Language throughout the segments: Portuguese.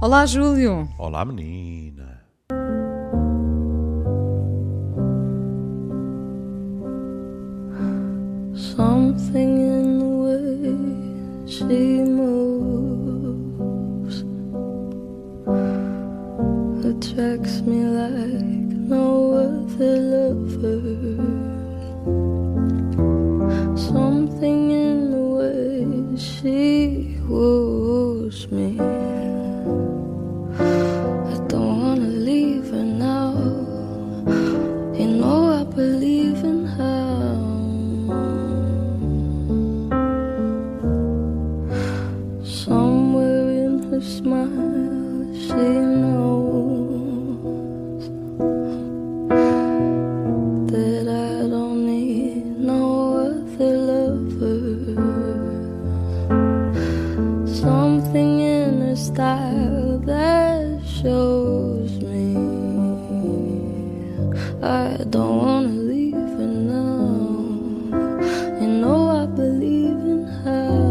Olá, Júlio. Olá, menina. Something in the way she moves attracts me like no other lover. Something in the way she woos me. I don't wanna leave her now. You know I believe in her. Somewhere in her smile she knows that I don't need no other lover. Something in her style that shows me I don't wanna leave her now. You know I believe in her.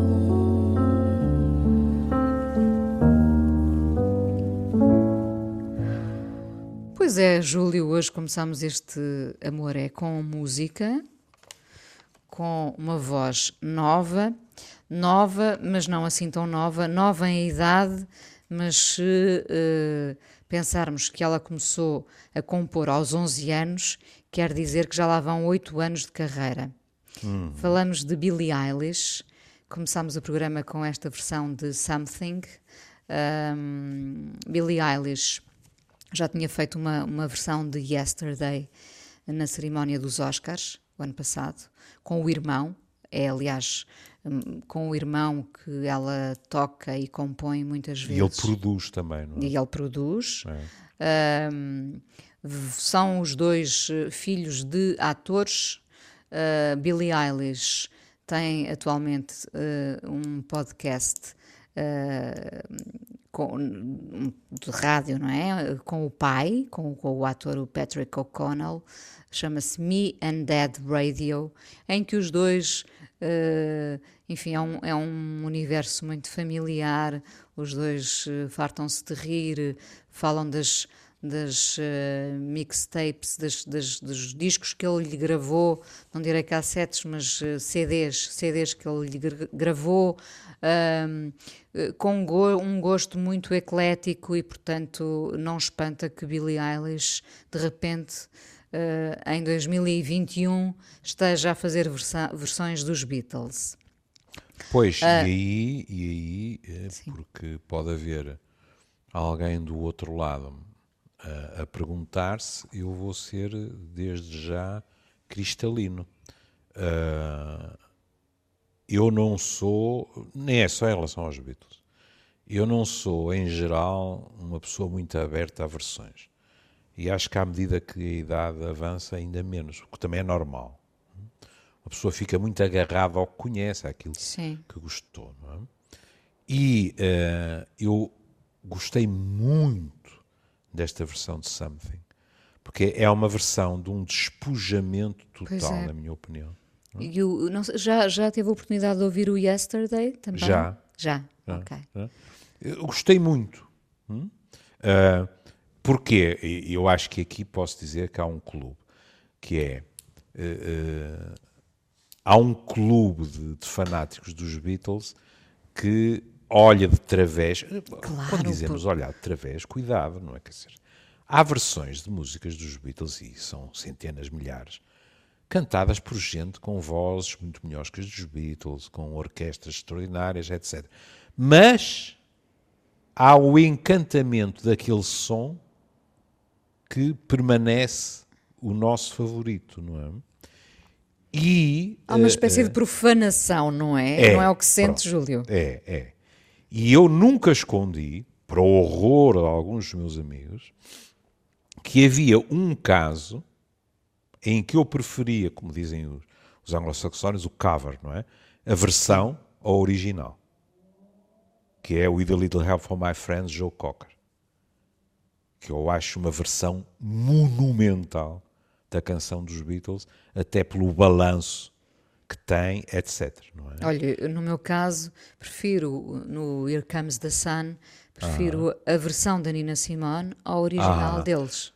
Pois é, Júlio, hoje começamos este Amor é com música, com uma voz nova, mas não assim tão nova em idade, mas se pensarmos que ela começou a compor aos 11 anos, quer dizer que já lá vão 8 anos de carreira. Falamos de Billie Eilish, começámos o programa com esta versão de Something. Billie Eilish já tinha feito uma versão de Yesterday na cerimónia dos Oscars, o ano passado, com o irmão. É, aliás, com o irmão que ela toca e compõe muitas vezes. E ele produz também, não é? E ele produz. São os dois filhos de atores. Billie Eilish tem atualmente um podcast de rádio, não é? Com o pai, com o ator o Patrick O'Connell, chama-se Me and Dad Radio, em que os dois, enfim, é um universo muito familiar, os dois fartam-se de rir, falam das mixtapes, dos discos que ele lhe gravou, não direi cassetes, mas CDs que ele lhe gravou, com um gosto muito eclético e, portanto, não espanta que Billie Eilish, de repente, em 2021, esteja a fazer versões dos Beatles. Pois, e aí porque pode haver alguém do outro lado a perguntar-se, eu vou ser desde já cristalino. Eu não sou, nem é só em relação aos Beatles, eu não sou, em geral, uma pessoa muito aberta a versões. E acho que à medida que a idade avança, ainda menos, o que também é normal. Uma pessoa fica muito agarrada ao que conhece, àquilo que gostou. Não é? E eu gostei muito desta versão de Something, porque é uma versão de um despojamento total, na minha opinião. E já teve a oportunidade de ouvir o Yesterday também? Já. Ok. Eu gostei muito. Porque eu acho que aqui posso dizer que há um clube, que é... há um clube de fanáticos dos Beatles que olha de través. Claro, quando dizemos olhar de través, cuidado, não é? Quer dizer, há versões de músicas dos Beatles, e são centenas, milhares, cantadas por gente com vozes muito melhores que as dos Beatles, com orquestras extraordinárias, etc. Mas há o encantamento daquele som que permanece o nosso favorito, não é? E há uma espécie de profanação, não é? Não é o que sente, Júlio? É. E eu nunca escondi, para o horror de alguns dos meus amigos, que havia um caso em que eu preferia, como dizem os anglo-saxónios, o cover, não é? A versão ao original, que é o With a Little Help from My Friend Joe Cocker, que eu acho uma versão monumental da canção dos Beatles, até pelo balanço que tem, etc. Não é? Olha, no meu caso, prefiro no Here Comes the Sun, Prefiro a versão da Nina Simone ao original deles.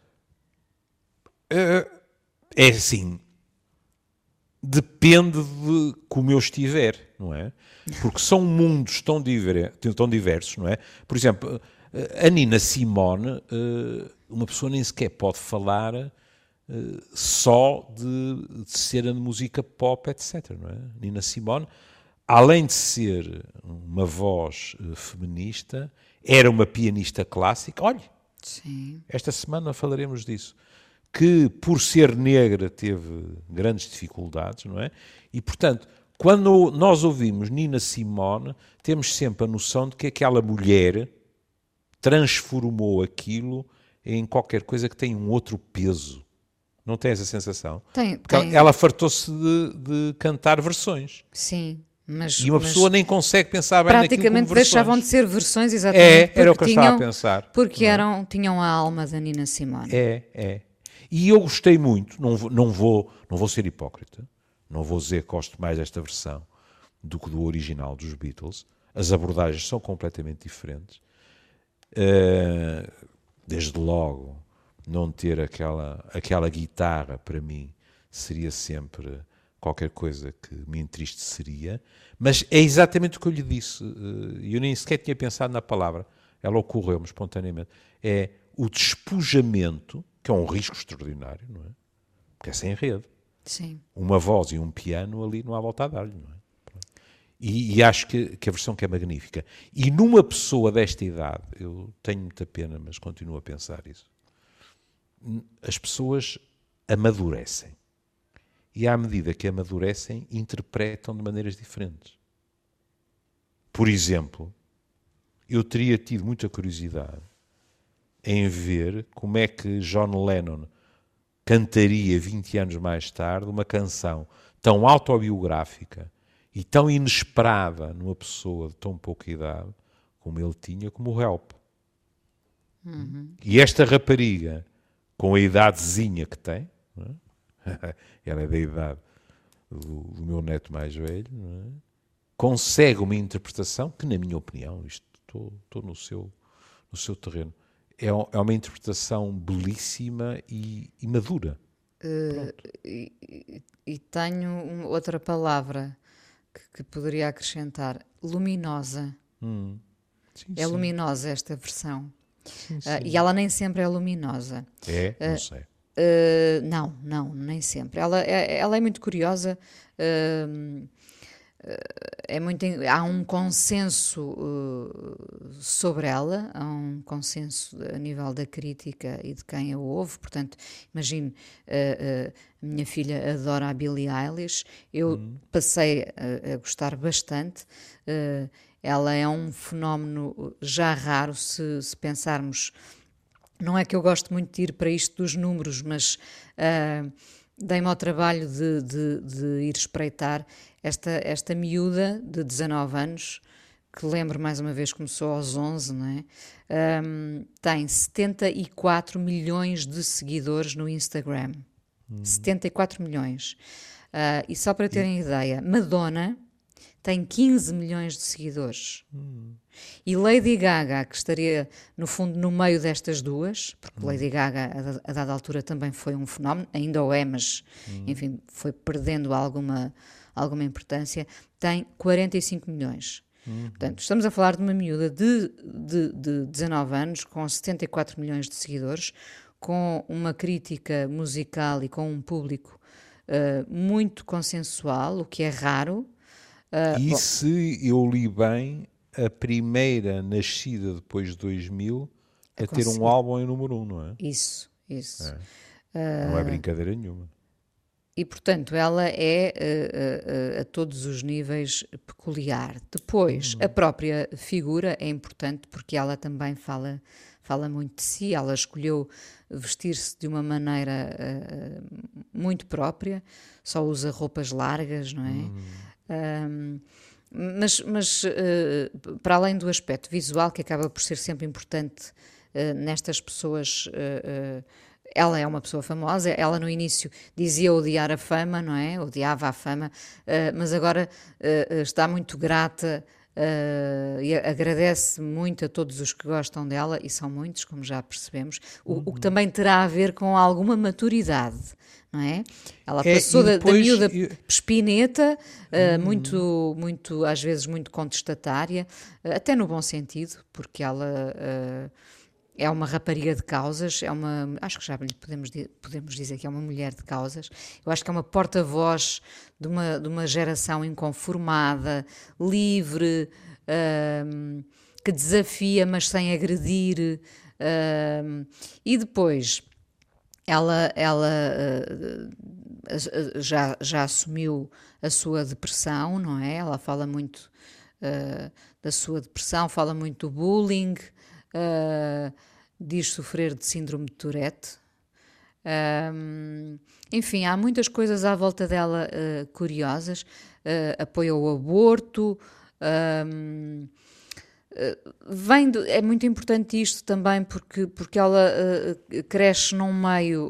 É assim, depende de como eu estiver, não é? Porque são mundos tão diversos, não é? Por exemplo, a Nina Simone, uma pessoa nem sequer pode falar só de ser a música pop, etc. Não é? Nina Simone, além de ser uma voz feminista, era uma pianista clássica. Olha, Sim. esta semana falaremos disso. Que, por ser negra, teve grandes dificuldades, não é? E, portanto, quando nós ouvimos Nina Simone, temos sempre a noção de que aquela mulher transformou aquilo em qualquer coisa que tem um outro peso. Não tem essa sensação? Tem. Ela fartou-se de cantar versões. Sim, mas... E uma pessoa nem consegue pensar bem naquilo como praticamente versões. deixavam de ser versões, exatamente. Era o que eu estava a pensar. Porque tinham a alma da Nina Simone. E eu gostei muito, não vou ser hipócrita, não vou dizer que gosto mais desta versão do que do original dos Beatles. As abordagens são completamente diferentes. Desde logo, não ter aquela guitarra, para mim, seria sempre qualquer coisa que me entristeceria. Mas é exatamente o que eu lhe disse. Eu nem sequer tinha pensado na palavra. Ela ocorreu-me espontaneamente. É o despojamento, que é um risco extraordinário, não é? Porque é sem rede. Sim. Uma voz e um piano ali não há volta a dar-lhe, não é? E acho que a versão que é magnífica. E numa pessoa desta idade, eu tenho muita pena, mas continuo a pensar isso, as pessoas amadurecem. E à medida que amadurecem, interpretam de maneiras diferentes. Por exemplo, eu teria tido muita curiosidade em ver como é que John Lennon cantaria 20 anos mais tarde uma canção tão autobiográfica e tão inesperada numa pessoa de tão pouca idade como ele tinha, como o Help. E esta rapariga, com a idadezinha que tem, não é? Ela é da idade do meu neto mais velho, não é? Consegue uma interpretação que, na minha opinião, estou no seu terreno, é uma interpretação belíssima e madura. E tenho outra palavra que poderia acrescentar: luminosa. Sim, É sim. luminosa esta versão. Sim. E ela nem sempre é luminosa. Não sei. Não, nem sempre. Ela é muito curiosa. Há um consenso sobre ela, há um consenso a nível da crítica e de quem a ouve. Portanto, imagino, a minha filha adora a Billie Eilish, eu passei a gostar bastante. Ela é um fenómeno já raro, se pensarmos. Não é que eu gosto muito de ir para isto dos números, mas dei-me ao trabalho de ir espreitar esta miúda de 19 anos, que lembro mais uma vez começou aos 11, não é? Tem 74 milhões de seguidores no Instagram. 74 milhões. E só para terem ideia, Madonna tem 15 milhões de seguidores. E Lady Gaga, que estaria, no fundo, no meio destas duas, porque Lady Gaga, a dada altura, também foi um fenómeno, ainda o é, mas, enfim, foi perdendo alguma importância, tem 45 milhões. Portanto, estamos a falar de uma miúda de 19 anos, com 74 milhões de seguidores, com uma crítica musical e com um público muito consensual, o que é raro. Se eu li bem, a primeira nascida depois de 2000 a ter um álbum em número 1, não é? Isso. Não é brincadeira nenhuma. E, portanto, ela é a todos os níveis peculiar. Depois, a própria figura é importante porque ela também fala muito de si. Ela escolheu vestir-se de uma maneira muito própria, só usa roupas largas, não é? Mas para além do aspecto visual, que acaba por ser sempre importante nestas pessoas, ela é uma pessoa famosa. Ela no início dizia odiar a fama, não é? Odiava a fama, mas agora está muito grata e agradece muito a todos os que gostam dela, e são muitos, como já percebemos, o que também terá a ver com alguma maturidade, não é? Ela passou da miúda espineta, muito, às vezes muito contestatária, até no bom sentido, porque ela é uma rapariga de causas, acho que já lhe podemos dizer que é uma mulher de causas. Eu acho que é uma porta-voz de uma geração inconformada, livre, que desafia, mas sem agredir. E depois, ela já assumiu a sua depressão, não é? Ela fala muito da sua depressão, fala muito do bullying, diz sofrer de síndrome de Tourette. Enfim, há muitas coisas à volta dela curiosas. Apoia o aborto. É muito importante isto também porque ela cresce num meio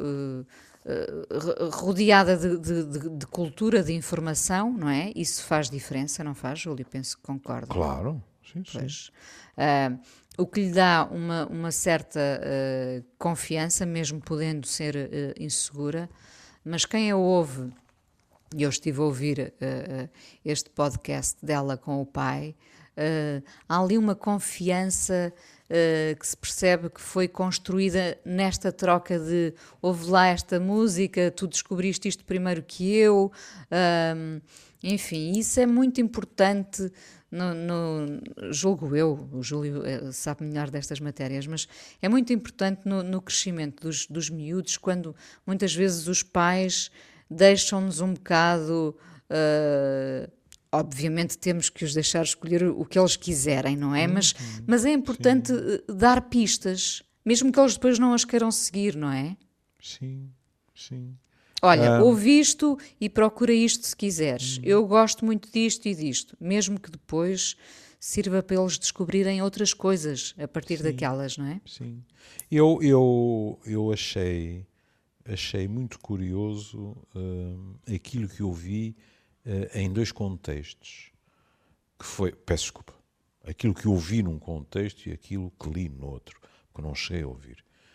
rodeada de cultura, de informação, não é? Isso faz diferença, não faz, Júlio? Penso que concorda. Claro, sim, sim. Pois. O que lhe dá uma certa confiança, mesmo podendo ser insegura, mas quem a ouve, e eu estive a ouvir este podcast dela com o pai, há ali uma confiança que se percebe que foi construída nesta troca de ouve lá esta música, tu descobriste isto primeiro que eu, enfim, isso é muito importante. Julgo eu, o Júlio sabe melhor destas matérias, mas é muito importante no crescimento dos miúdos, quando muitas vezes os pais deixam-nos um bocado. Obviamente temos que os deixar escolher o que eles quiserem, não é? Mas é importante dar pistas, mesmo que eles depois não as queiram seguir, não é? Sim, sim. Olha, ouve isto e procura isto se quiseres. Eu gosto muito disto e disto, mesmo que depois sirva para eles descobrirem outras coisas a partir daquelas, não é? Sim. Eu achei muito curioso aquilo que eu vi em dois contextos. Que foi, peço desculpa, aquilo que eu vi num contexto e aquilo que li no outro, porque não cheguei a ouvir.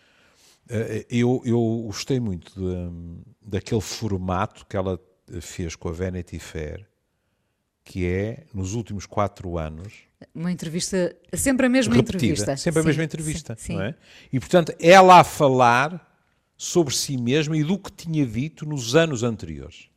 Eu gostei muito daquele formato que ela fez com a Vanity Fair, que é, nos últimos 4 anos... Uma entrevista, sempre a mesma repetida, entrevista. Sempre a mesma entrevista, sim. Não é? E, portanto, ela a falar sobre si mesma e do que tinha dito nos anos anteriores.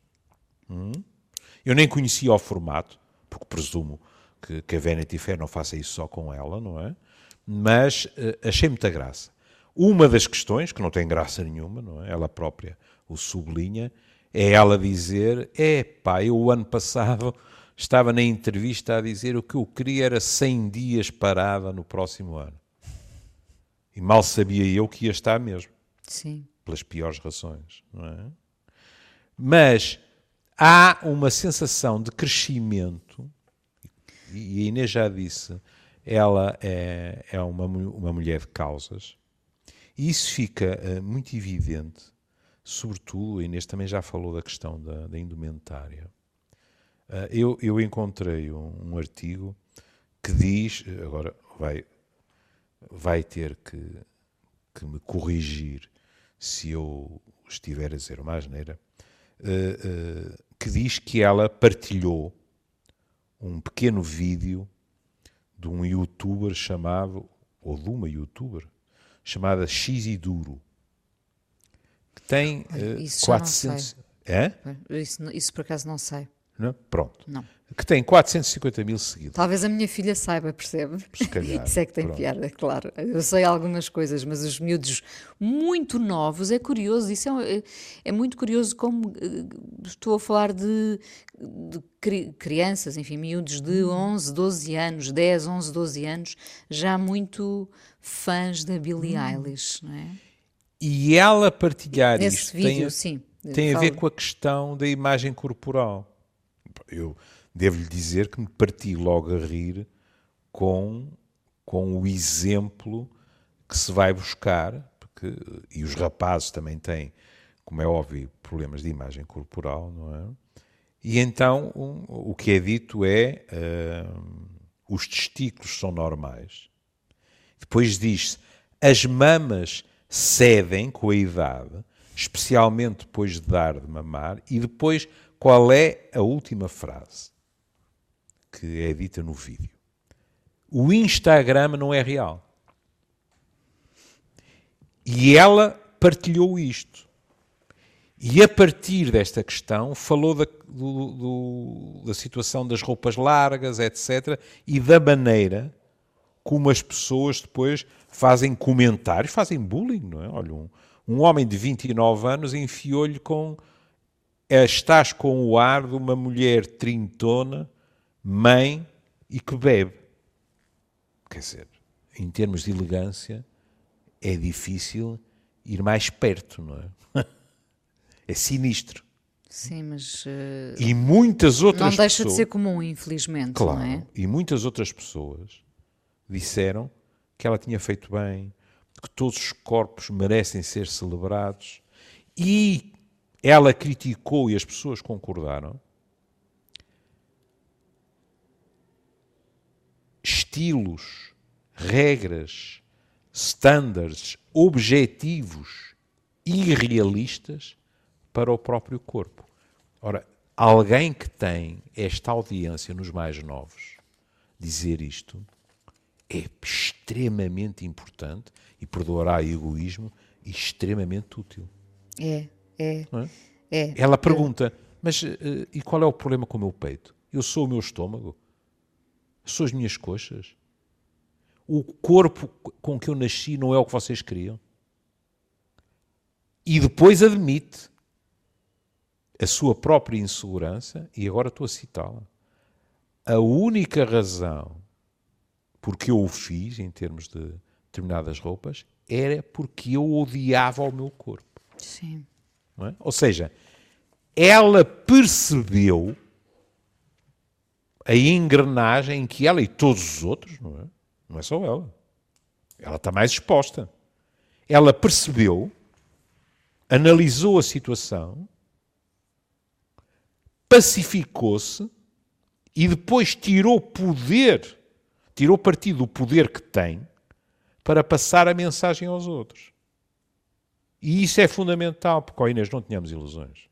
Eu nem conhecia o formato, porque presumo que a Vanity Fair não faça isso só com ela, não é? Mas achei muita graça. Uma das questões, que não tem graça nenhuma, não é? Ela própria o sublinha, é ela dizer, eu o ano passado estava na entrevista a dizer o que eu queria era 100 dias parada no próximo ano. E mal sabia eu que ia estar mesmo. Sim. Pelas piores razões, não é? Mas há uma sensação de crescimento, e a Inês já disse, ela é uma mulher de causas, e isso fica muito evidente, sobretudo, a Inês também já falou da questão da indumentária. Eu encontrei um artigo que diz, agora vai ter que me corrigir se eu estiver a dizer uma asneira, que diz que ela partilhou um pequeno vídeo de um youtuber ou de uma youtuber, chamada Xiduro, que tem isso 400... É? Isso por acaso não sei. Não? Pronto. Não. Que tem 450 mil seguidores. Talvez a minha filha saiba, percebe? Se calhar. Isso é que tem piada, claro. Eu sei algumas coisas, mas os miúdos muito novos, é curioso, isso é muito curioso como estou a falar de crianças, enfim, miúdos de 11, 12 anos, 10, 11, 12 anos, já muito fãs da Billie Eilish, não é? E ela partilhar Nesse isto vídeo, tem a ver com a questão da imagem corporal. Eu devo-lhe dizer que me parti logo a rir com o exemplo que se vai buscar, e os rapazes também têm, como é óbvio, problemas de imagem corporal, não é? E então o que é dito é os testículos são normais. Depois diz-se, as mamas cedem com a idade, especialmente depois de dar de mamar, e depois qual é a última frase que é dita no vídeo? O Instagram não é real. E ela partilhou isto. E a partir desta questão falou da situação das roupas largas, etc. E da maneira como as pessoas depois fazem comentários, fazem bullying, não é? Olha, um homem de 29 anos enfiou-lhe com... Estás com o ar de uma mulher trintona, mãe e que bebe. Quer dizer, em termos de elegância, é difícil ir mais perto, não é? É sinistro. Sim, mas... E muitas outras pessoas... Não deixa de ser comum, infelizmente, claro, não é? E muitas outras pessoas disseram que ela tinha feito bem, que todos os corpos merecem ser celebrados, e ela criticou e as pessoas concordaram estilos, regras, standards, objetivos irrealistas para o próprio corpo. Ora, alguém que tem esta audiência nos mais novos, dizer isto é extremamente importante e, perdoará egoísmo, extremamente útil. É. Não é? Ela pergunta, mas e qual é o problema com o meu peito? Eu sou o meu estômago? Sou as minhas coxas? O corpo com que eu nasci não é o que vocês queriam? E depois admite a sua própria insegurança, e agora estou a citá-la. A única razão porque eu o fiz, em termos de determinadas roupas, era porque eu odiava o meu corpo. Sim. Não é? Ou seja, ela percebeu a engrenagem em que ela e todos os outros, não é só ela está mais exposta. Ela percebeu, analisou a situação, pacificou-se e depois tirou partido do poder que tem para passar a mensagem aos outros. E isso é fundamental, porque, Inês, não tenhamos ilusões.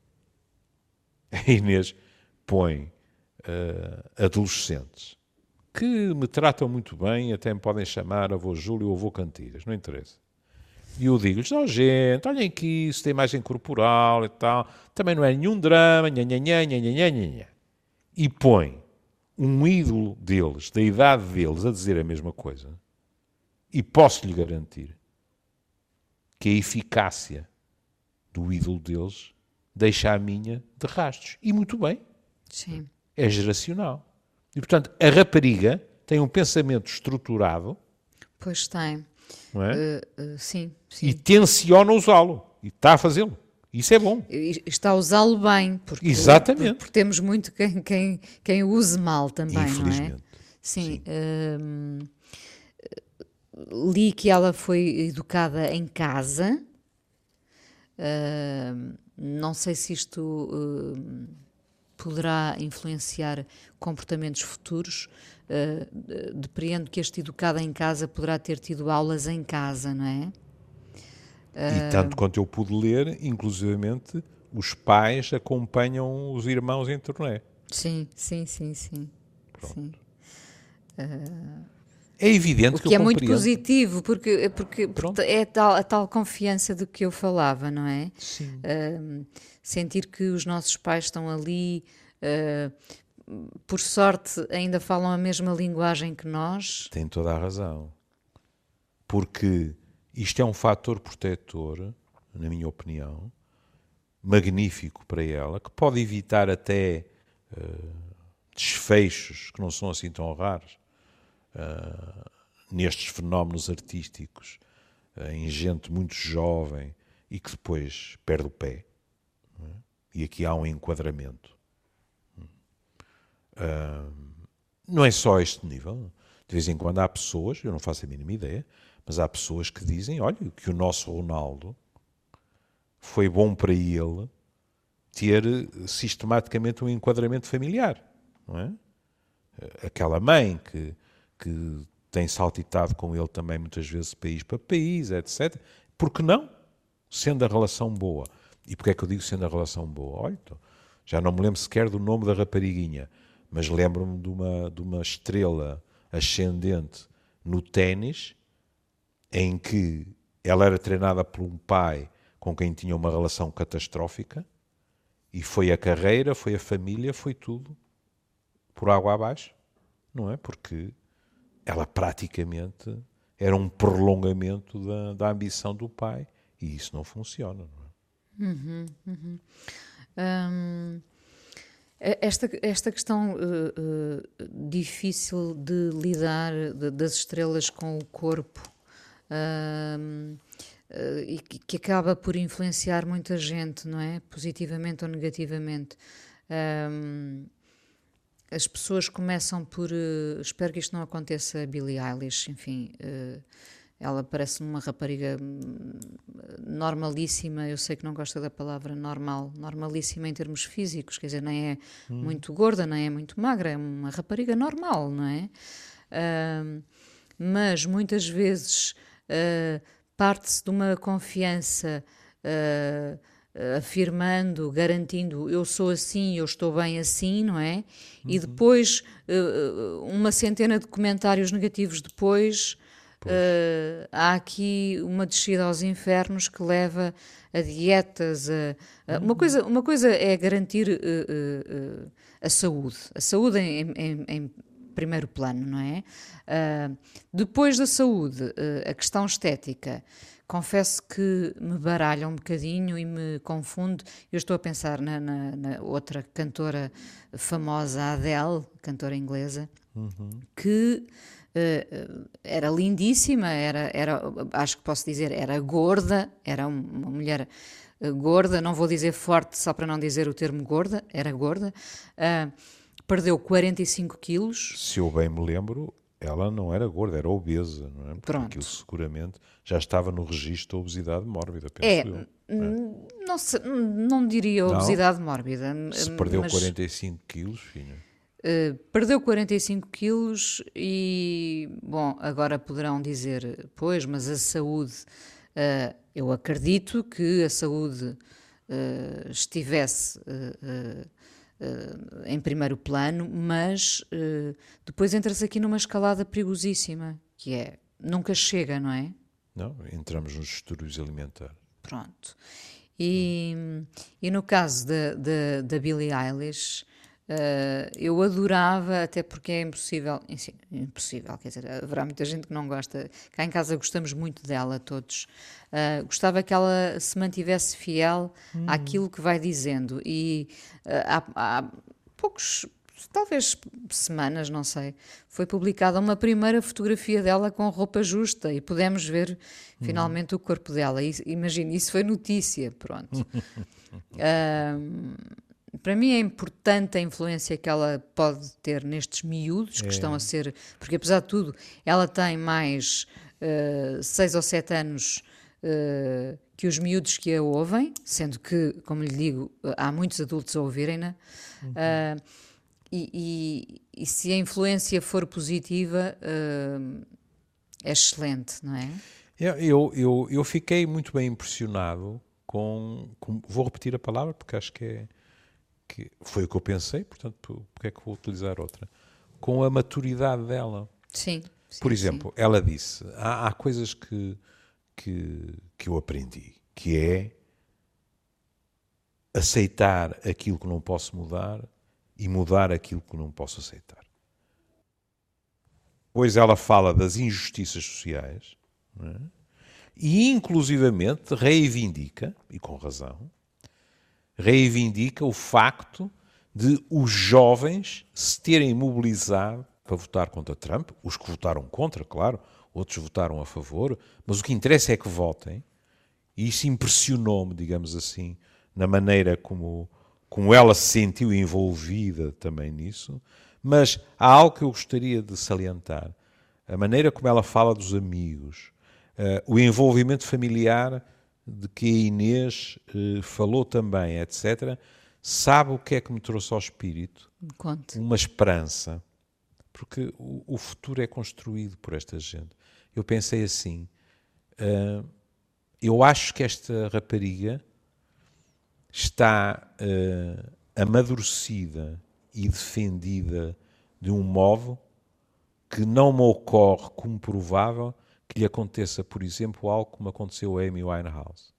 A Inês põe adolescentes que me tratam muito bem, até me podem chamar avô Júlio ou avô Cantigas, não interessa. E eu digo-lhes, gente, olhem aqui, isso tem imagem corporal e tal, também não é nenhum drama, nha. E põe um ídolo deles, da idade deles, a dizer a mesma coisa. E posso-lhe garantir que a eficácia do ídolo deles deixa a minha de rastros. E muito bem. Sim. É geracional. E, portanto, a rapariga tem um pensamento estruturado. Pois tem. Não é? Sim. E tenciona usá-lo. E está a fazê-lo. Isso é bom. E está a usá-lo bem. Porque, exatamente. Porque temos muito quem o use mal também, infelizmente, não é? Sim. Li que ela foi educada em casa. Não sei se isto poderá influenciar comportamentos futuros. Depreendo que este educado em casa poderá ter tido aulas em casa, não é? E tanto quanto eu pude ler, inclusivamente, os acompanham os irmãos em turnê. Sim. É evidente que o que eu é muito compreendo. positivo, porque é a tal confiança do que eu falava, não é? Sim. Sentir que os nossos pais estão ali, por sorte ainda falam a mesma linguagem que nós. Tem toda a razão. Porque isto é um fator protetor, na minha opinião, magnífico para ela, que pode evitar até desfechos que não são assim tão raros nestes fenómenos artísticos, em gente muito jovem e que depois perde o pé. Não é? E aqui há um enquadramento. Não é só este nível. De vez em quando há pessoas, eu não faço a mínima ideia, mas há pessoas que dizem, olha, que o nosso Ronaldo foi bom para ele ter sistematicamente um enquadramento familiar, não é? Aquela mãe que tem saltitado com ele também muitas vezes de país para país, etc. Por que não? Sendo a relação boa. E porquê é que eu digo sendo a relação boa? Olha, então, já não me lembro sequer do nome da rapariguinha, mas lembro-me de uma estrela ascendente no ténis, em que ela era treinada por um pai com quem tinha uma relação catastrófica, e foi a carreira, foi a família, foi tudo por água abaixo, não é? Porque ela praticamente era um prolongamento da ambição do pai, e isso não funciona, não é? Esta questão difícil de lidar das estrelas com o corpo e que acaba por influenciar muita gente, não é? Positivamente ou negativamente. As pessoas começam por... espero que isto não aconteça a Billie Eilish, enfim... ela parece-me uma rapariga normalíssima, eu sei que não gosta da palavra normal, normalíssima em termos físicos, quer dizer, nem é muito gorda, nem é muito magra, é uma rapariga normal, não é? Mas muitas vezes parte-se de uma confiança afirmando, garantindo eu sou assim, eu estou bem assim, não é? E depois, uma centena de comentários negativos depois... há aqui uma descida aos infernos que leva a dietas. Uma coisa é garantir a saúde em primeiro plano, não é? Depois da saúde, a questão estética, confesso que me baralha um bocadinho e me confunde. Eu estou a pensar na outra cantora famosa, a Adele, cantora inglesa, que... era lindíssima, acho que posso dizer, era gorda, era uma mulher gorda, não vou dizer forte só para não dizer o termo gorda, era gorda, perdeu 45 quilos. Se eu bem me lembro, ela não era gorda, era obesa, não é? Porque Pronto. aquilo seguramente já estava no registro da obesidade mórbida, penso eu. Não diria obesidade mórbida. Se perdeu 45 quilos, filha... perdeu 45 quilos e, bom, agora poderão dizer, pois, mas a saúde, eu acredito que a saúde estivesse em primeiro plano, mas depois entra-se aqui numa escalada perigosíssima, que é, nunca chega, não é? Não, entramos nos distúrbios alimentares. Pronto. E no caso da Billie Eilish... eu adorava, até porque é impossível, quer dizer, haverá muita gente que não gosta, cá em casa gostamos muito dela todos, gostava que ela se mantivesse fiel àquilo que vai dizendo e há poucos, talvez semanas, não sei, foi publicada uma primeira fotografia dela com roupa justa e pudemos ver finalmente o corpo dela, e imagine, isso foi notícia, pronto. Para mim é importante a influência que ela pode ter nestes miúdos que estão a ser... Porque, apesar de tudo, ela tem mais 6 ou 7 anos que os miúdos que a ouvem, sendo que, como lhe digo, há muitos adultos a ouvirem-na. E se a influência for positiva, é excelente, não é? Eu fiquei muito bem impressionado com... Vou repetir a palavra porque acho que foi o que eu pensei, portanto, porque é que vou utilizar outra? Com a maturidade dela. Sim. Por exemplo, ela disse, há coisas que eu aprendi, que é aceitar aquilo que não posso mudar e mudar aquilo que não posso aceitar. Pois ela fala das injustiças sociais, não é? E inclusivamente reivindica, e com razão, reivindica o facto de os jovens se terem mobilizado para votar contra Trump, os que votaram contra, claro, outros votaram a favor, mas o que interessa é que votem, e isso impressionou-me, digamos assim, na maneira como ela se sentiu envolvida também nisso, mas há algo que eu gostaria de salientar, a maneira como ela fala dos amigos, o envolvimento familiar de que a Inês falou também, etc., Sabe o que é que me trouxe ao espírito? Conte. Uma esperança. Porque o futuro é construído por esta gente. Eu pensei assim, eu acho que esta rapariga está amadurecida e defendida de um modo que não me ocorre como provável que lhe aconteça, por exemplo, algo como aconteceu a Amy Winehouse.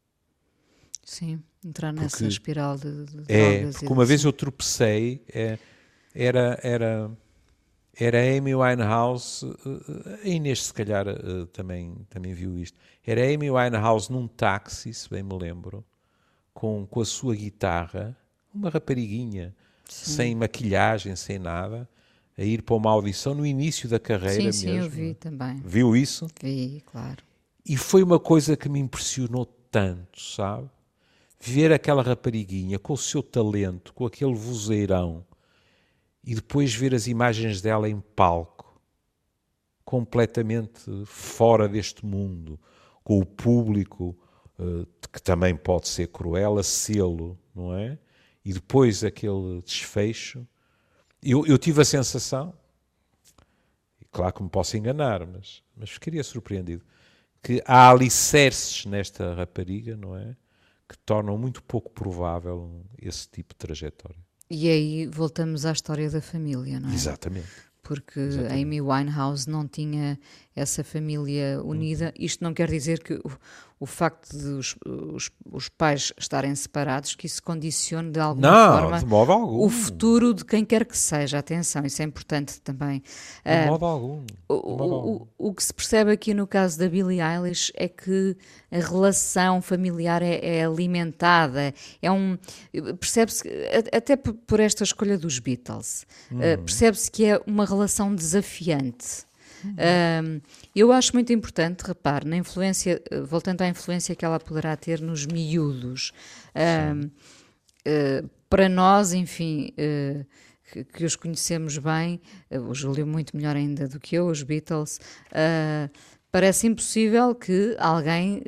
Sim, entrar nessa espiral de drogas. Porque uma vez eu tropecei, era a Amy Winehouse, a Inês se calhar também viu isto, era a Amy Winehouse num táxi, se bem me lembro, com a sua guitarra, uma rapariguinha, sem maquilhagem, sem nada, a ir para uma audição no início da carreira mesmo. Sim, eu vi também. Viu isso? Vi, claro. E foi uma coisa que me impressionou tanto, sabe? Ver aquela rapariguinha com o seu talento, com aquele vozeirão, e depois ver as imagens dela em palco, completamente fora deste mundo, com o público, que também pode ser cruel, a sê-lo, não é? E depois aquele desfecho. Eu tive a sensação, e claro que me posso enganar, mas ficaria surpreendido, que há alicerces nesta rapariga, não é? Que tornam muito pouco provável esse tipo de trajetória. E aí voltamos à história da família, não é? Exatamente. Porque a Amy Winehouse não tinha essa família unida. Isto não quer dizer que o facto de os pais estarem separados, que isso condicione de alguma forma de modo algum. o futuro de quem quer que seja. Atenção, isso é importante também. De modo algum. O que se percebe aqui no caso da Billie Eilish é que a relação familiar é alimentada. Percebe-se, até por esta escolha dos Beatles, percebe-se que é uma relação desafiante. Eu acho muito importante, repare, na influência, voltando à influência que ela poderá ter nos miúdos. Para nós, enfim, que os conhecemos bem, o Júlio muito melhor ainda do que eu, os Beatles, parece impossível que alguém,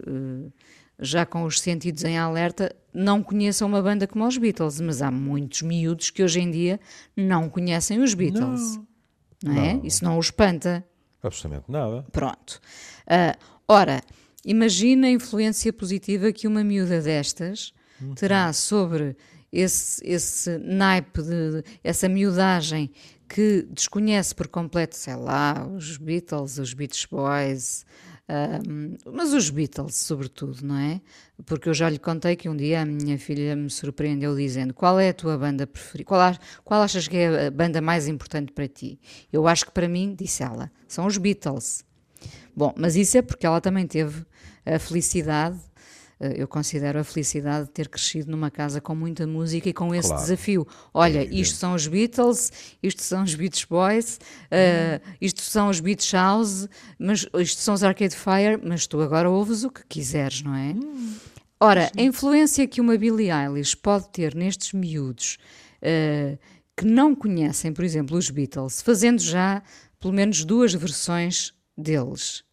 já com os sentidos em alerta, não conheça uma banda como os Beatles, mas há muitos miúdos que hoje em dia não conhecem os Beatles. Não é? Isso não os espanta. Absolutamente nada. Pronto. Ora, imagina a influência positiva que uma miúda destas terá sobre esse naipe, essa miudagem que desconhece por completo, sei lá, os Beatles, os Beach Boys, mas os Beatles sobretudo, não é? Porque eu já lhe contei que um dia a minha filha me surpreendeu dizendo: qual é a tua banda preferida? Qual achas que é a banda mais importante para ti? Eu acho que para mim, disse ela, são os Beatles. Bom, mas isso é porque ela também teve a felicidade, eu considero a felicidade de ter crescido numa casa com muita música e com esse desafio. Olha, isto são os Beatles, isto são os Beach Boys, isto são os Beach House, mas isto são os Arcade Fire, mas tu agora ouves o que quiseres, não é? Ora, a influência que uma Billie Eilish pode ter nestes miúdos que não conhecem, por exemplo, os Beatles, fazendo já pelo menos 2 versões deles.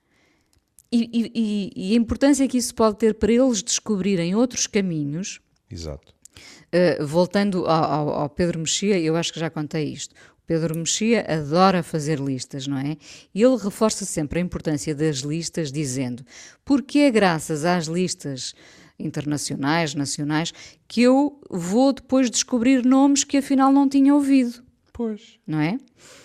E a importância que isso pode ter para eles descobrirem outros caminhos. Exato. Voltando ao Pedro Mexia, eu acho que já contei isto. O Pedro Mexia adora fazer listas, não é? E ele reforça sempre a importância das listas, dizendo: porque é graças às listas internacionais, nacionais, que eu vou depois descobrir nomes que afinal não tinha ouvido. Pois. Não é?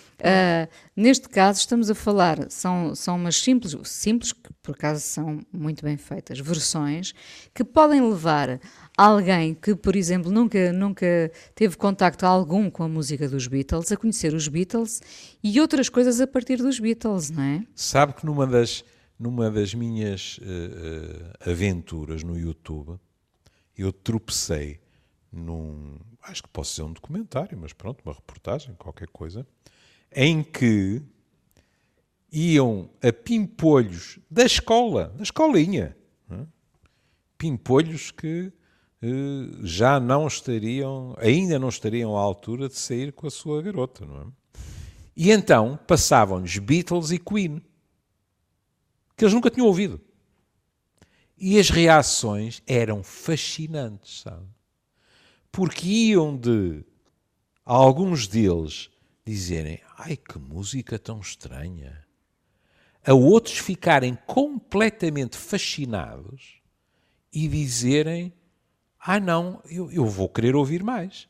Neste caso estamos a falar, são umas simples, que por acaso são muito bem feitas, versões que podem levar alguém que, por exemplo, nunca teve contacto algum com a música dos Beatles a conhecer os Beatles e outras coisas a partir dos Beatles, não é? Sabe que numa das minhas aventuras no YouTube, eu tropecei acho que posso dizer um documentário, mas pronto, uma reportagem, qualquer coisa, em que iam a pimpolhos da escolinha, pimpolhos que ainda não estariam à altura de sair com a sua garota, não é? E então passavam-lhes Beatles e Queen, que eles nunca tinham ouvido. E as reações eram fascinantes, sabe? porque iam de alguns deles dizerem ai, que música tão estranha, a outros ficarem completamente fascinados e dizerem não, eu vou querer ouvir mais.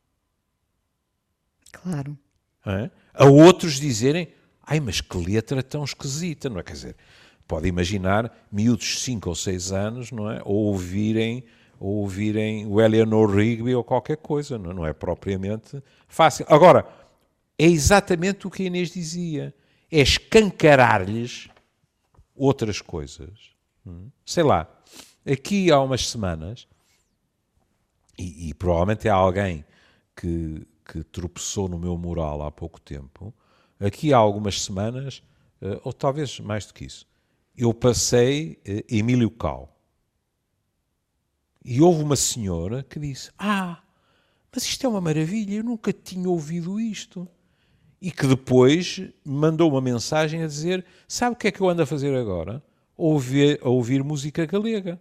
Claro. A outros dizerem ai, mas que letra tão esquisita, não é? Quer dizer, pode imaginar miúdos de 5 ou 6 anos, não é? Ou ouvirem o Eleanor Rigby ou qualquer coisa, não é propriamente fácil. Agora, é exatamente o que a Inês dizia, é escancarar-lhes outras coisas. Sei lá, aqui há umas semanas, e provavelmente há alguém que tropeçou no meu mural há pouco tempo, aqui há algumas semanas, ou talvez mais do que isso, eu passei Emílio Cal. E houve uma senhora que disse, mas isto é uma maravilha, eu nunca tinha ouvido isto. E que depois mandou uma mensagem a dizer, sabe o que é que eu ando a fazer agora? A ouvir música galega.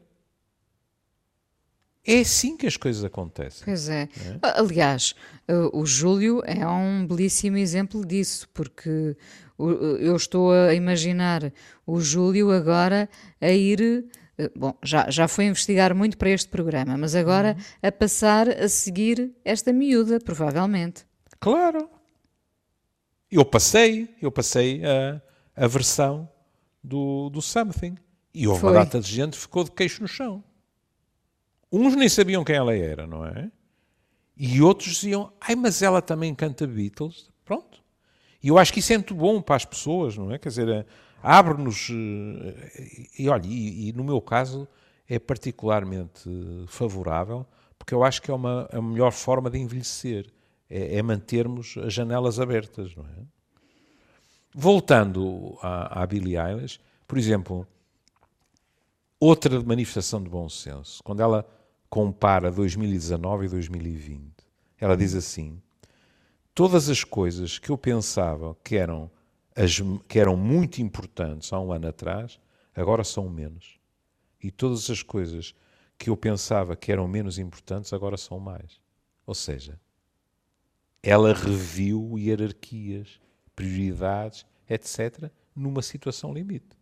É assim que as coisas acontecem. Pois é. Aliás, o Júlio é um belíssimo exemplo disso, porque eu estou a imaginar o Júlio agora a ir... Bom, já foi investigar muito para este programa, mas agora a passar a seguir esta miúda, provavelmente. Claro. Eu passei a versão do Something. E houve uma data de gente que ficou de queixo no chão. Uns nem sabiam quem ela era, não é? E outros diziam, mas ela também canta Beatles. Pronto. E eu acho que isso é muito bom para as pessoas, não é? Quer dizer, abre-nos... E olha, e no meu caso é particularmente favorável, porque eu acho que é a melhor forma de envelhecer. É mantermos as janelas abertas, não é? Voltando à Billie Eilish, por exemplo, outra manifestação de bom senso, quando ela compara 2019 e 2020, ela diz assim, todas as coisas que eu pensava que eram muito importantes há um ano atrás, agora são menos. E todas as coisas que eu pensava que eram menos importantes, agora são mais. Ou seja, ela reviu hierarquias, prioridades, etc., numa situação limite.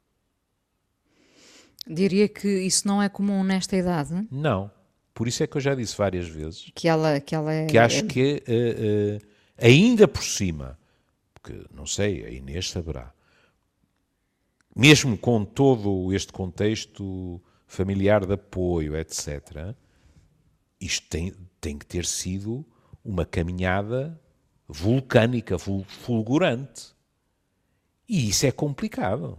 Diria que isso não é comum nesta idade? Não. Por isso é que eu já disse várias vezes que ela é... que acho que ainda por cima, porque não sei, a Inês saberá, mesmo com todo este contexto familiar de apoio, etc., isto tem que ter sido uma caminhada vulcânica, fulgurante. E isso é complicado.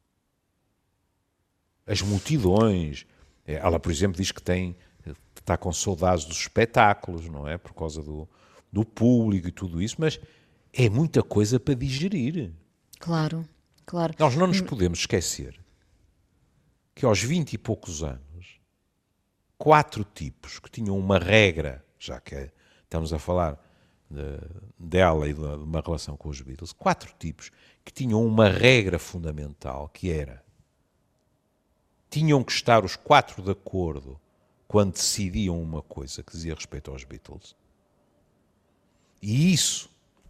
As multidões. Ela, por exemplo, diz que está com saudades dos espetáculos, não é? Por causa do público e tudo isso, mas é muita coisa para digerir. Claro. Nós não nos podemos esquecer que aos 20 e poucos anos, 4 tipos que tinham uma regra, já que estamos a falar dela e de uma relação com os Beatles, 4 tipos que tinham uma regra fundamental, que era, tinham que estar os 4 de acordo quando decidiam uma coisa que dizia respeito aos Beatles. E isso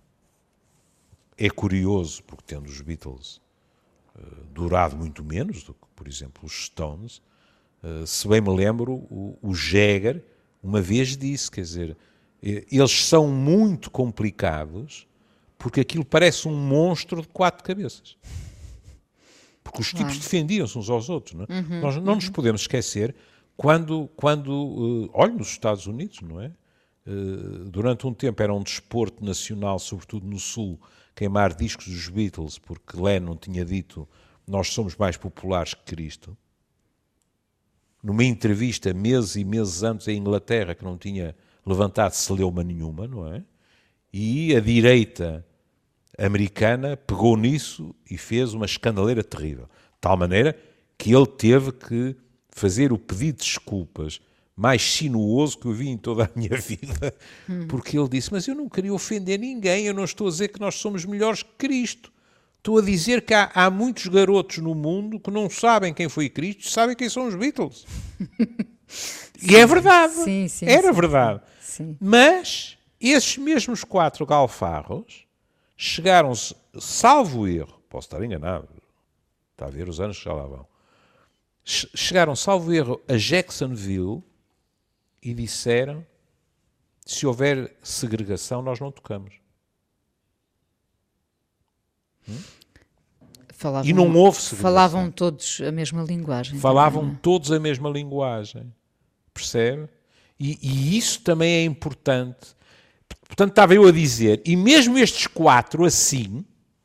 é curioso, porque tendo os Beatles durado muito menos do que, por exemplo, os Stones, se bem me lembro, o Jagger uma vez disse, quer dizer, eles são muito complicados porque aquilo parece um monstro de 4 cabeças. Porque os tipos defendiam-se uns aos outros. Não é? Nós não nos podemos esquecer quando olha, nos Estados Unidos, não é? Durante um tempo era um desporto nacional, sobretudo no Sul, queimar discos dos Beatles, porque Lennon tinha dito nós somos mais populares que Cristo. Numa entrevista, meses e meses antes, em Inglaterra, que não tinha levantado celeuma nenhuma, não é? E a direita americana pegou nisso e fez uma escandaleira terrível. De tal maneira que ele teve que fazer o pedido de desculpas mais sinuoso que eu vi em toda a minha vida, porque ele disse, mas eu não queria ofender ninguém, eu não estou a dizer que nós somos melhores que Cristo. Estou a dizer que há muitos garotos no mundo que não sabem quem foi Cristo, sabem quem são os Beatles. E é verdade. Sim, Era verdade. Sim. Mas esses mesmos 4 galfarros chegaram-se, salvo erro, posso estar enganado, está a ver os anos que já lá vão, chegaram, salvo erro, a Jacksonville e disseram: se houver segregação, nós não tocamos. Falavam, E não houve segregação. falavam todos a mesma linguagem. Falavam também, não é? todos a mesma linguagem. Percebe? E isso também é importante. Portanto, estava eu a dizer, e mesmo estes 4 assim,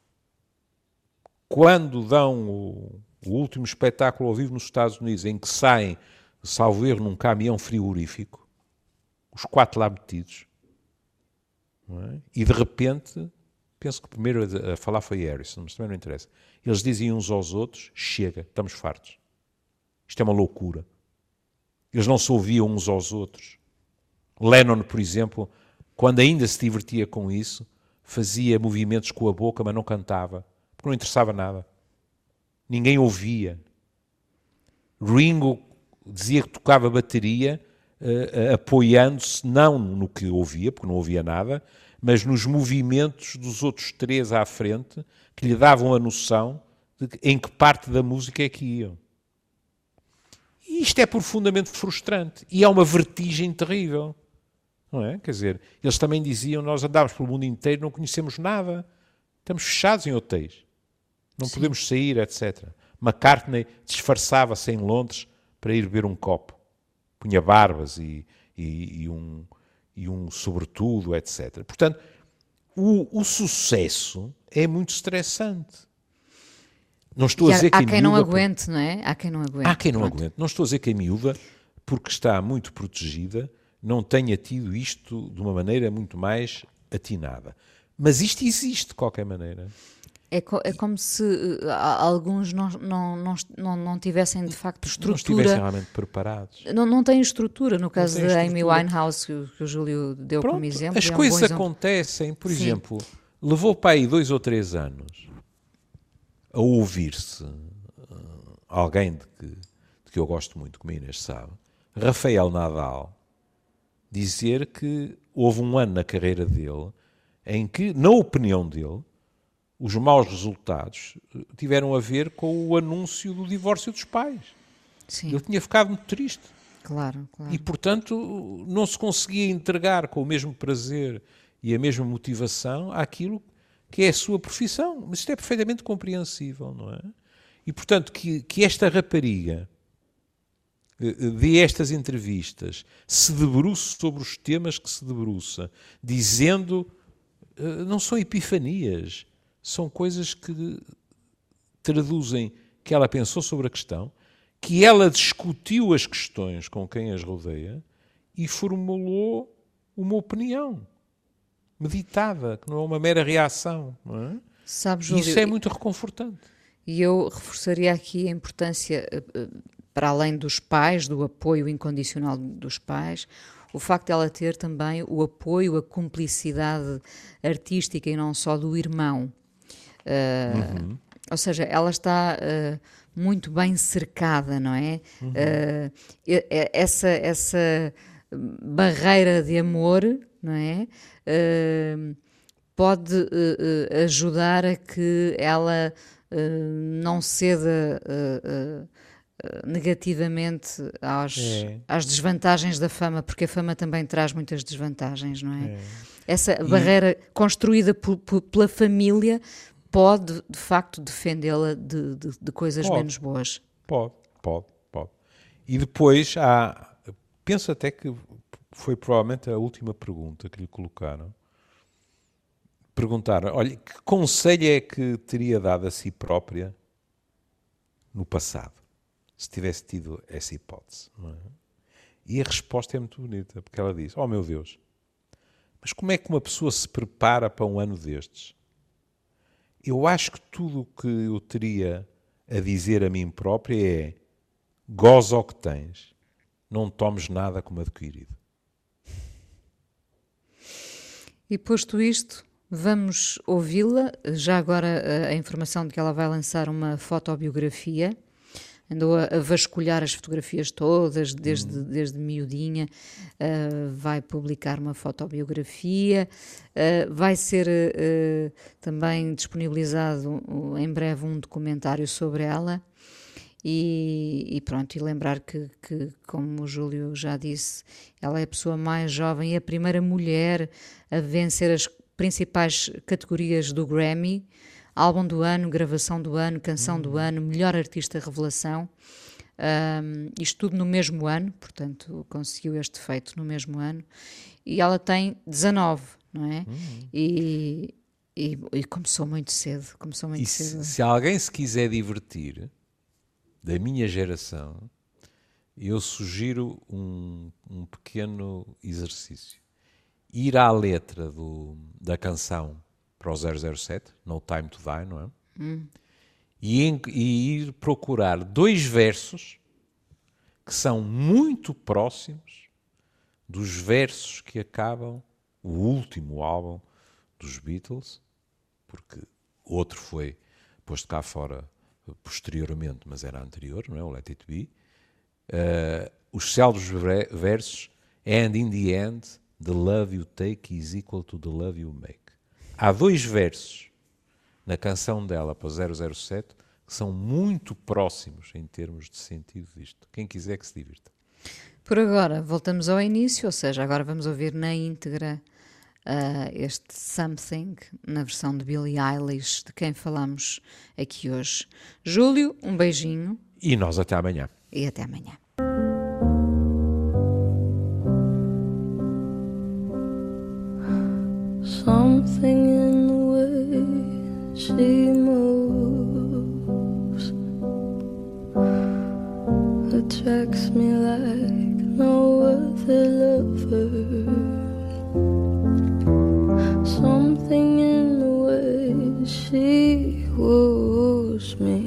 quando dão o último espetáculo ao vivo nos Estados Unidos, em que saem, salvo erro, num caminhão frigorífico, os 4 lá metidos, não é? E de repente, penso que o primeiro a falar foi Harrison, mas também não interessa. Eles dizem uns aos outros: chega, estamos fartos. Isto é uma loucura. Eles não se ouviam uns aos outros. Lennon, por exemplo, quando ainda se divertia com isso, fazia movimentos com a boca, mas não cantava, porque não interessava nada. Ninguém ouvia. Ringo dizia que tocava bateria, apoiando-se não no que ouvia, porque não ouvia nada, mas nos movimentos dos outros 3 à frente, que lhe davam a noção de em que parte da música é que iam. E isto é profundamente frustrante. E é uma vertigem terrível. Não é? Quer dizer, eles também diziam: nós andámos pelo mundo inteiro, não conhecemos nada. Estamos fechados em hotéis. Não Sim. podemos sair, etc. McCartney disfarçava-se em Londres para ir beber um copo. Punha barbas e um sobretudo, etc. Portanto, o sucesso é muito estressante. Não estou a dizer que há a quem não miúda, aguente, não é? Há quem não aguente. há quem não pronto. aguente. Não estou a dizer que a miúda, porque está muito protegida, não tenha tido isto de uma maneira muito mais atinada. Mas isto existe de qualquer maneira. É como se alguns não tivessem de facto Não estivessem estrutura. realmente preparados. Não têm estrutura. No caso têm da Amy estrutura. Winehouse, que o Júlio deu como Pronto, exemplo. as é um coisas bom exemplo. acontecem. Por Sim. exemplo, levou para aí 2 ou 3 anos a ouvir-se alguém de que eu gosto muito, como a Inês sabe, Rafael Nadal, dizer que houve um ano na carreira dele em que, na opinião dele, os maus resultados tiveram a ver com o anúncio do divórcio dos pais. Sim, Ele tinha ficado muito triste. claro. E, portanto, não se conseguia entregar com o mesmo prazer e a mesma motivação àquilo que é a sua profissão. Mas isto é perfeitamente compreensível, não é? E, portanto, que esta rapariga dê estas entrevistas, se debruce sobre os temas que se debruça, dizendo, não são epifanias, são coisas que traduzem que ela pensou sobre a questão, que ela discutiu as questões com quem as rodeia e formulou uma opinião meditada, que não é uma mera reação. Não é? Sabe, Júlio, Isso é muito reconfortante. e eu reforçaria aqui a importância, para além dos pais, do apoio incondicional dos pais, o facto de ela ter também o apoio, a cumplicidade artística e não só do irmão. Ou seja, ela está muito bem cercada, não é? Essa barreira de amor, não é? Pode ajudar a que ela não ceda negativamente às desvantagens da fama, porque a fama também traz muitas desvantagens, não é? Essa barreira construída pela família pode, de facto, defendê-la de coisas menos boas. Pode. E depois penso até que foi provavelmente a última pergunta que lhe colocaram. Perguntaram, olha, que conselho é que teria dado a si própria no passado, se tivesse tido essa hipótese? Não é? E a resposta é muito bonita, porque ela diz, oh meu Deus, mas como é que uma pessoa se prepara para um ano destes? Eu acho que tudo o que eu teria a dizer a mim própria é, goza o que tens, não tomes nada como adquirido. E posto isto, vamos ouvi-la. Já agora a informação de que ela vai lançar uma fotobiografia andou a vasculhar as fotografias todas, desde miudinha, vai publicar uma fotobiografia, vai ser também disponibilizado em breve um documentário sobre ela. E pronto, e lembrar que, como o Júlio já disse, ela é a pessoa mais jovem e a primeira mulher a vencer as principais categorias do Grammy: álbum do ano, gravação do ano, canção do ano, melhor artista revelação, isto tudo no mesmo ano, portanto conseguiu este feito no mesmo ano, e ela tem 19, não é? E começou muito cedo, Se alguém se quiser divertir, da minha geração, eu sugiro um pequeno exercício. Ir à letra da canção para o 007, No Time to Die, não é? E ir procurar 2 versos que são muito próximos dos versos que acabam o último álbum dos Beatles, porque outro foi posto cá fora posteriormente, mas era anterior, não é? O Let It Be. Os célebres versos: And in the end, the love you take is equal to the love you make. Há 2 versos na canção dela para o 007 que são muito próximos em termos de sentido disto. Quem quiser que se divirta. Por agora, voltamos ao início, ou seja, agora vamos ouvir na íntegra este Something, na versão de Billie Eilish, de quem falamos aqui hoje. Júlio, um beijinho. E nós até amanhã. E até amanhã. Something in the way she moves attracts me like no other lover. Something in the way she woos me.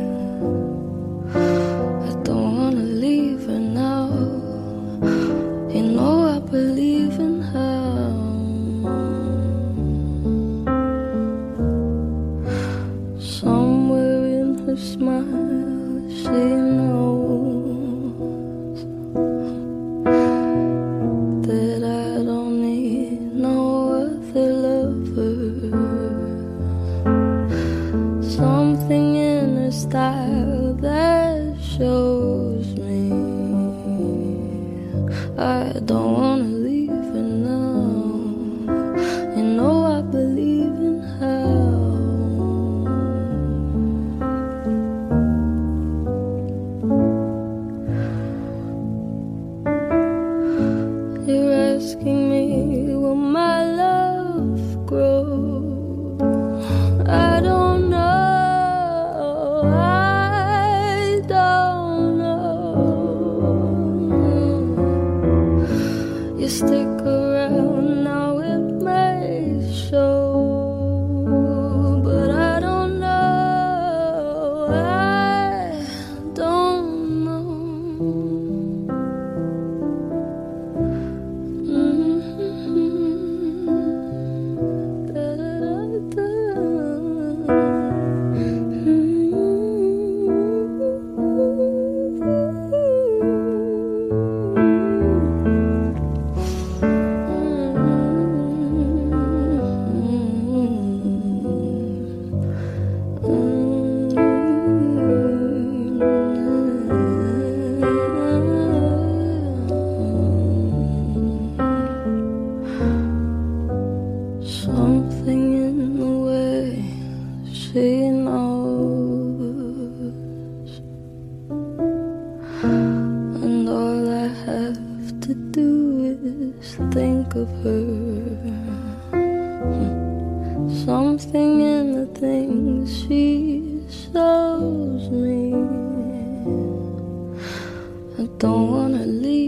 I don't wanna leave her now. You know I believe in her. Somewhere in her smile she knows that I don't need no other lover. Something in her style that shows me I don't wanna leave her now. You know I believe in her. You're asking me, will my love grow? I don't know. I don't know. You stick around now, it may show, but I don't know. I don't know. Something in the way she knows, and all I have to do is think of her. Something in the things she shows me I don't wanna leave